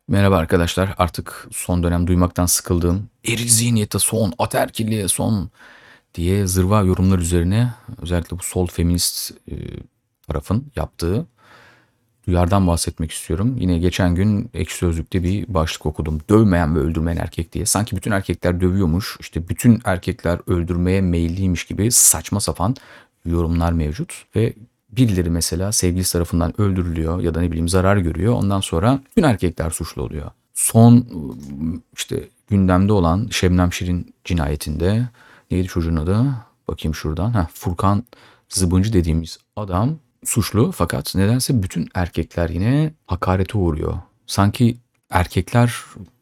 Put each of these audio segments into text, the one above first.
Merhaba arkadaşlar. Artık son dönem duymaktan sıkıldığım eril zihniyete son, ataerkilliğe son diye zırva yorumlar üzerine özellikle bu sol feminist tarafın yaptığı duyardan bahsetmek istiyorum. Yine geçen gün Ekşi Sözlük'te bir başlık okudum. Dövmeyen ve öldürmeyen erkek diye. Sanki bütün erkekler dövüyormuş, işte bütün erkekler öldürmeye meyilliymiş gibi saçma sapan yorumlar mevcut. Ve birileri mesela sevgilisi tarafından öldürülüyor ya da ne bileyim zarar görüyor. Ondan sonra bütün erkekler suçlu oluyor. Son işte gündemde olan Şebnem Şirin cinayetinde neydi çocuğun adı? Bakayım şuradan. Furkan Zıbıncı dediğimiz adam suçlu, fakat nedense bütün erkekler yine hakarete uğruyor. Sanki erkekler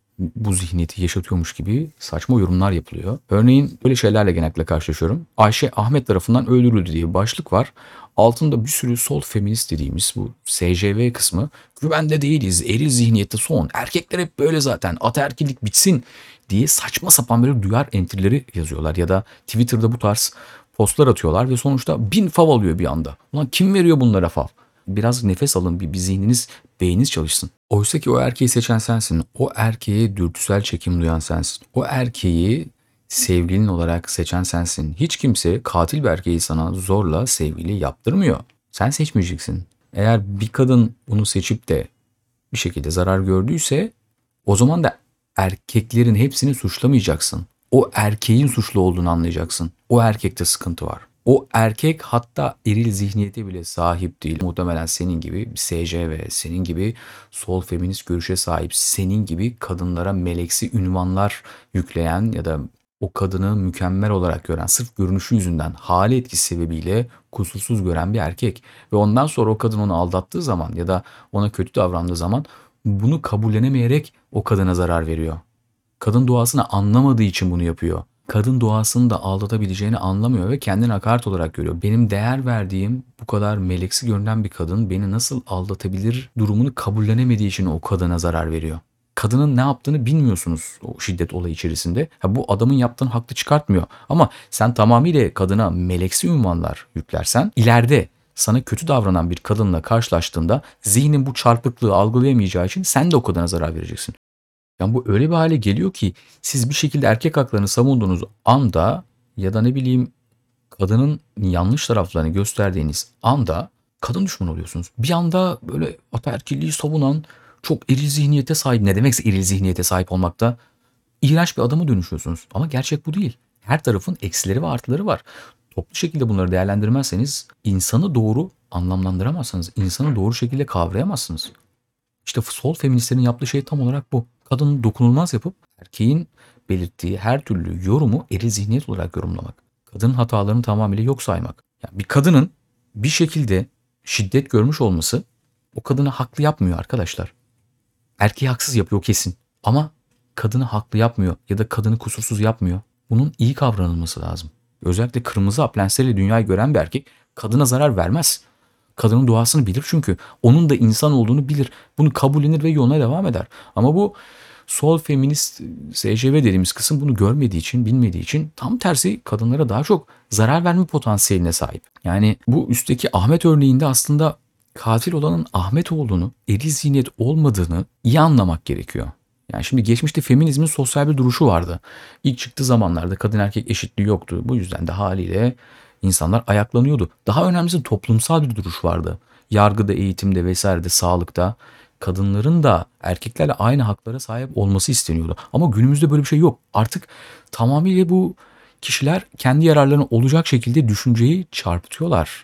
bu zihniyeti yaşatıyormuş gibi saçma yorumlar yapılıyor. Örneğin böyle şeylerle genellikle karşılaşıyorum. Ayşe Ahmet tarafından öldürüldü diye bir başlık var. Altında bir sürü sol feminist dediğimiz bu SJV kısmı güvende değiliz, eril zihniyette son, erkekler hep böyle zaten, ataerkillik bitsin diye saçma sapan böyle duyar entrileri yazıyorlar. Ya da Twitter'da bu tarz postlar atıyorlar ve sonuçta 1000 fav alıyor bir anda. Ulan kim veriyor bunlara fav? Biraz nefes alın, bir zihniniz, beyniniz çalışsın. Oysa ki o erkeği seçen sensin. O erkeğe dürtüsel çekim duyan sensin. O erkeği sevgilin olarak seçen sensin. Hiç kimse katil bir erkeği sana zorla sevgili yaptırmıyor. Sen seçmeyeceksin. Eğer bir kadın bunu seçip de bir şekilde zarar gördüyse, o zaman da erkeklerin hepsini suçlamayacaksın. O erkeğin suçlu olduğunu anlayacaksın. O erkekte sıkıntı var. O erkek hatta eril zihniyete bile sahip değil. Muhtemelen senin gibi SCV, senin gibi sol feminist görüşe sahip, senin gibi kadınlara meleksi ünvanlar yükleyen ya da o kadını mükemmel olarak gören, sırf görünüşü yüzünden hali etkisi sebebiyle kusursuz gören bir erkek. Ve ondan sonra o kadın onu aldattığı zaman ya da ona kötü davrandığı zaman bunu kabullenemeyerek o kadına zarar veriyor. Kadın doğasını anlamadığı için bunu yapıyor. Kadın doğasını da aldatabileceğini anlamıyor ve kendini hakaret olarak görüyor. Benim değer verdiğim bu kadar meleksi görünen bir kadın beni nasıl aldatabilir durumunu kabullenemediği için o kadına zarar veriyor. Kadının ne yaptığını bilmiyorsunuz o şiddet olayı içerisinde. Bu adamın yaptığını haklı çıkartmıyor. Ama sen tamamıyla kadına meleksi ünvanlar yüklersen ileride sana kötü davranan bir kadınla karşılaştığında zihnin bu çarpıklığı algılayamayacağı için sen de o kadına zarar vereceksin. Yani bu öyle bir hale geliyor ki siz bir şekilde erkek haklarını savunduğunuz anda ya da ne bileyim kadının yanlış taraflarını gösterdiğiniz anda kadın düşmanı oluyorsunuz. Bir anda böyle ataerkilliği savunan çok eril zihniyete sahip, ne demekse eril zihniyete sahip olmakta, iğrenç bir adama dönüşüyorsunuz. Ama gerçek bu değil. Her tarafın eksileri ve artıları var. Toplu şekilde bunları değerlendirmezseniz insanı doğru anlamlandıramazsınız. İnsanı doğru şekilde kavrayamazsınız. İşte sol feministlerin yaptığı şey tam olarak bu. Kadını dokunulmaz yapıp erkeğin belirttiği her türlü yorumu eril zihniyet olarak yorumlamak. Kadının hatalarını tamamıyla yok saymak. Yani bir kadının bir şekilde şiddet görmüş olması o kadını haklı yapmıyor arkadaşlar. Erkeği haksız yapıyor kesin. Ama kadını haklı yapmıyor ya da kadını kusursuz yapmıyor. Bunun iyi kavranılması lazım. Özellikle kırmızı hap lensleriyle dünyayı gören bir erkek kadına zarar vermez. Kadının doğasını bilir çünkü. Onun da insan olduğunu bilir. Bunu kabullenir ve yoluna devam eder. Ama bu sol feminist SJV dediğimiz kısım bunu görmediği için, bilmediği için tam tersi kadınlara daha çok zarar verme potansiyeline sahip. Yani bu üstteki Ahmet örneğinde aslında katil olanın Ahmet olduğunu, eril zihniyet olmadığını iyi anlamak gerekiyor. Yani şimdi geçmişte feminizmin sosyal bir duruşu vardı. İlk çıktığı zamanlarda kadın erkek eşitliği yoktu. Bu yüzden de haliyle insanlar ayaklanıyordu. Daha önemlisi toplumsal bir duruş vardı. Yargıda, eğitimde vesairede, sağlıkta kadınların da erkeklerle aynı haklara sahip olması isteniyordu. Ama günümüzde böyle bir şey yok. Artık tamamıyla bu kişiler kendi yararlarına olacak şekilde düşünceyi çarpıtıyorlar.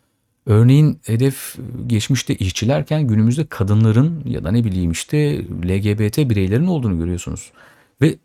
Örneğin hedef geçmişte işçilerken günümüzde kadınların ya da ne bileyim işte LGBT bireylerin olduğunu görüyorsunuz. Ve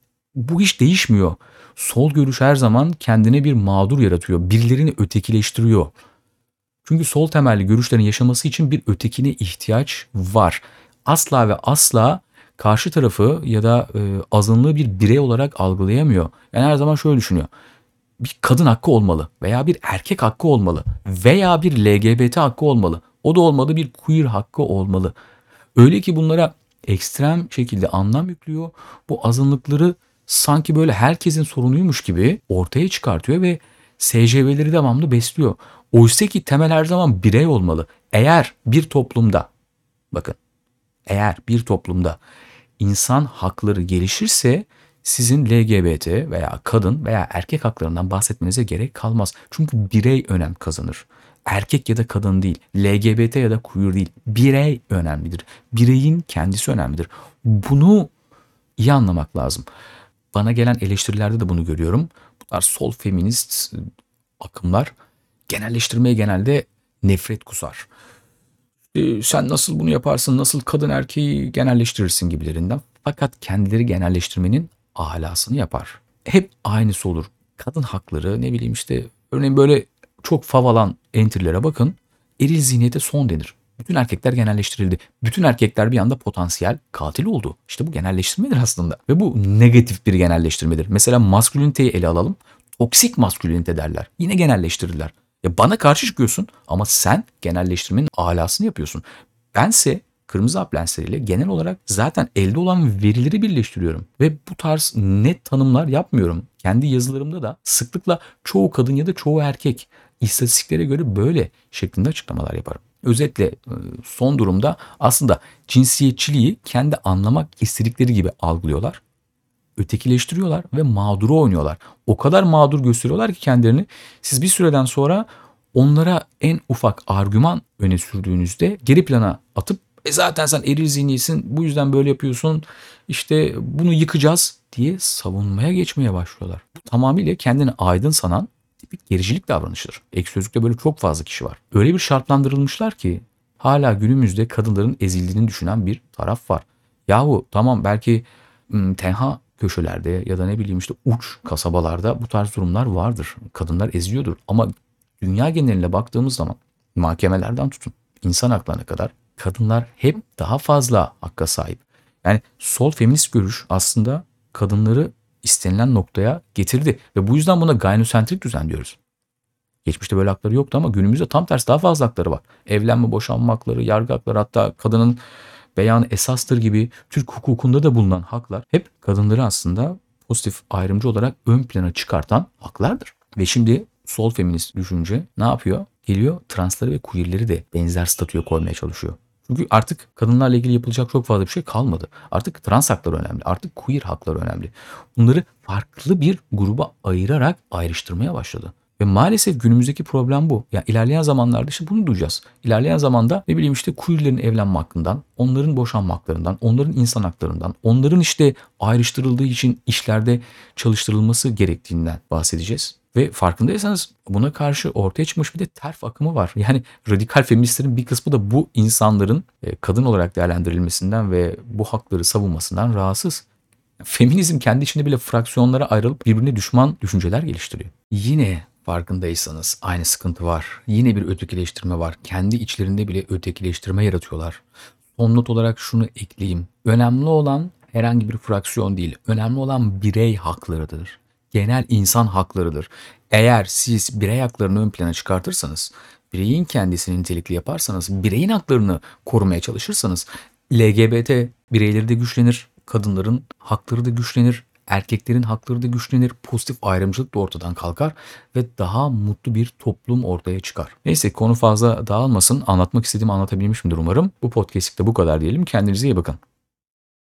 bu hiç değişmiyor. Sol görüş her zaman kendine bir mağdur yaratıyor. Birilerini ötekileştiriyor. Çünkü sol temelli görüşlerin yaşaması için bir ötekine ihtiyaç var. Asla ve asla karşı tarafı ya da azınlığı bir birey olarak algılayamıyor. Yani her zaman şöyle düşünüyor: bir kadın hakkı olmalı veya bir erkek hakkı olmalı veya bir LGBT hakkı olmalı. O da olmadı, bir queer hakkı olmalı. Öyle ki bunlara ekstrem şekilde anlam yüklüyor. Bu azınlıkları sanki böyle herkesin sorunuymuş gibi ortaya çıkartıyor ve SJV'leri devamlı besliyor. Oysa ki temel her zaman birey olmalı. Eğer bir toplumda, bakın, Eğer bir toplumda insan hakları gelişirse sizin LGBT veya kadın veya erkek haklarından bahsetmenize gerek kalmaz. Çünkü birey önem kazanır. Erkek ya da kadın değil, LGBT ya da queer değil, birey önemlidir. Bireyin kendisi önemlidir. Bunu iyi anlamak lazım. Bana gelen eleştirilerde de bunu görüyorum. Bu tarz sol feminist akımlar genelleştirmeye genelde nefret kusar. Sen nasıl bunu yaparsın, nasıl kadın erkeği genelleştirirsin gibilerinden. Fakat kendileri genelleştirmenin alasını yapar. Hep aynısı olur. Kadın hakları ne bileyim işte örneğin böyle çok favalan entry'lere bakın. Eril zihniyete son denir. Bütün erkekler genelleştirildi. Bütün erkekler bir anda potansiyel katil oldu. İşte bu genelleştirmedir aslında. Ve bu negatif bir genelleştirmedir. Mesela masküliniteyi ele alalım. Toksik maskülinite derler. Yine genelleştirirler. Ya bana karşı çıkıyorsun ama sen genelleştirmenin alasını yapıyorsun. Bense Kırmızı Hap lensleriyle genel olarak zaten elde olan verileri birleştiriyorum. Ve bu tarz net tanımlar yapmıyorum. Kendi yazılarımda da sıklıkla çoğu kadın ya da çoğu erkek istatistiklere göre böyle şeklinde açıklamalar yaparım. Özetle son durumda aslında cinsiyetçiliği kendi anlamak istedikleri gibi algılıyorlar, ötekileştiriyorlar ve mağduru oynuyorlar. O kadar mağdur gösteriyorlar ki kendilerini siz bir süreden sonra onlara en ufak argüman öne sürdüğünüzde geri plana atıp zaten sen eril zihniyetsin bu yüzden böyle yapıyorsun işte bunu yıkacağız diye savunmaya geçmeye başlıyorlar. Bu tamamıyla kendini aydın sanan tipik gericilik davranışıdır. Ek Sözlük'te böyle çok fazla kişi var. Öyle bir şartlandırılmışlar ki hala günümüzde kadınların ezildiğini düşünen bir taraf var. Yahu tamam belki tenha köşelerde ya da ne bileyim işte uç kasabalarda bu tarz durumlar vardır. Kadınlar eziliyordur ama dünya geneline baktığımız zaman mahkemelerden tutun insan haklarına kadar kadınlar hep daha fazla hakka sahip. Yani sol feminist görüş aslında kadınları istenilen noktaya getirdi ve bu yüzden buna gynocentrik düzen diyoruz. Geçmişte böyle hakları yoktu ama günümüzde tam tersi daha fazla hakları var. Evlenme, boşanma hakları, yargı hakları hatta kadının beyanı esastır gibi Türk hukukunda da bulunan haklar hep kadınları aslında pozitif ayrımcı olarak ön plana çıkartan haklardır. Ve şimdi sol feminist düşünce ne yapıyor? Geliyor transları ve queerleri de benzer statüye koymaya çalışıyor. Çünkü artık kadınlarla ilgili yapılacak çok fazla bir şey kalmadı. Artık trans hakları önemli. Artık queer hakları önemli. Bunları farklı bir gruba ayırarak ayrıştırmaya başladı. Ve maalesef günümüzdeki problem bu. Ya ilerleyen zamanlarda işte bunu duyacağız. İlerleyen zamanda ne bileyim işte queerlerin evlenme hakkından, onların boşanma haklarından, onların insan haklarından, onların işte ayrıştırıldığı için işlerde çalıştırılması gerektiğinden bahsedeceğiz. Ve farkındaysanız buna karşı ortaya çıkmış bir de TERF akımı var. Yani radikal feministlerin bir kısmı da bu insanların kadın olarak değerlendirilmesinden ve bu hakları savunmasından rahatsız. Feminizm kendi içinde bile fraksiyonlara ayrılıp birbirine düşman düşünceler geliştiriyor. Yine farkındaysanız aynı sıkıntı var. Yine bir ötekileştirme var. Kendi içlerinde bile ötekileştirme yaratıyorlar. Son not olarak şunu ekleyeyim. Önemli olan herhangi bir fraksiyon değil. Önemli olan birey haklarıdır. Genel insan haklarıdır. Eğer siz birey haklarını ön plana çıkartırsanız, bireyin kendisini nitelikli yaparsanız, bireyin haklarını korumaya çalışırsanız LGBT bireyleri de güçlenir, kadınların hakları da güçlenir, erkeklerin hakları da güçlenir, pozitif ayrımcılık da ortadan kalkar ve daha mutlu bir toplum ortaya çıkar. Neyse konu fazla dağılmasın. Anlatmak istediğimi anlatabilmişimdir umarım. Bu podcast'te bu kadar diyelim. Kendinize iyi bakın.